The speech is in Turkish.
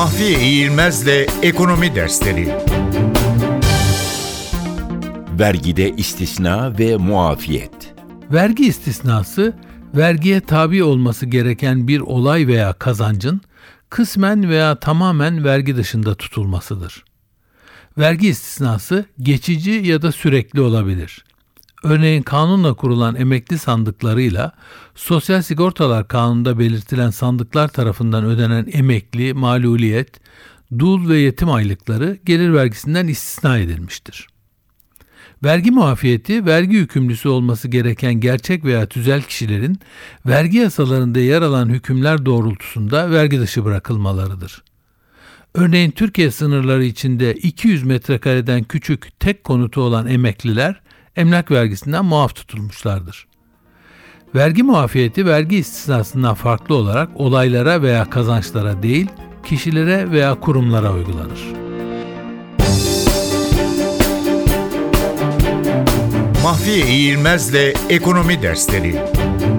Mahfiye İğilmez'le Ekonomi Dersleri. Vergide istisna ve muafiyet. Vergi istisnası, vergiye tabi olması gereken bir olay veya kazancın kısmen veya tamamen vergi dışında tutulmasıdır. Vergi istisnası geçici ya da sürekli olabilir. Örneğin kanunla kurulan emekli sandıklarıyla Sosyal Sigortalar Kanunu'nda belirtilen sandıklar tarafından ödenen emekli, maluliyet, dul ve yetim aylıkları gelir vergisinden istisna edilmiştir. Vergi muafiyeti, vergi yükümlüsü olması gereken gerçek veya tüzel kişilerin vergi yasalarında yer alan hükümler doğrultusunda vergi dışı bırakılmalarıdır. Örneğin Türkiye sınırları içinde 200 metrekareden küçük tek konutu olan emekliler emlak vergisinden muaf tutulmuşlardır. Vergi muafiyeti vergi istisnasından farklı olarak olaylara veya kazançlara değil, kişilere veya kurumlara uygulanır. Mahfiye İğilmez'le Ekonomi Dersleri.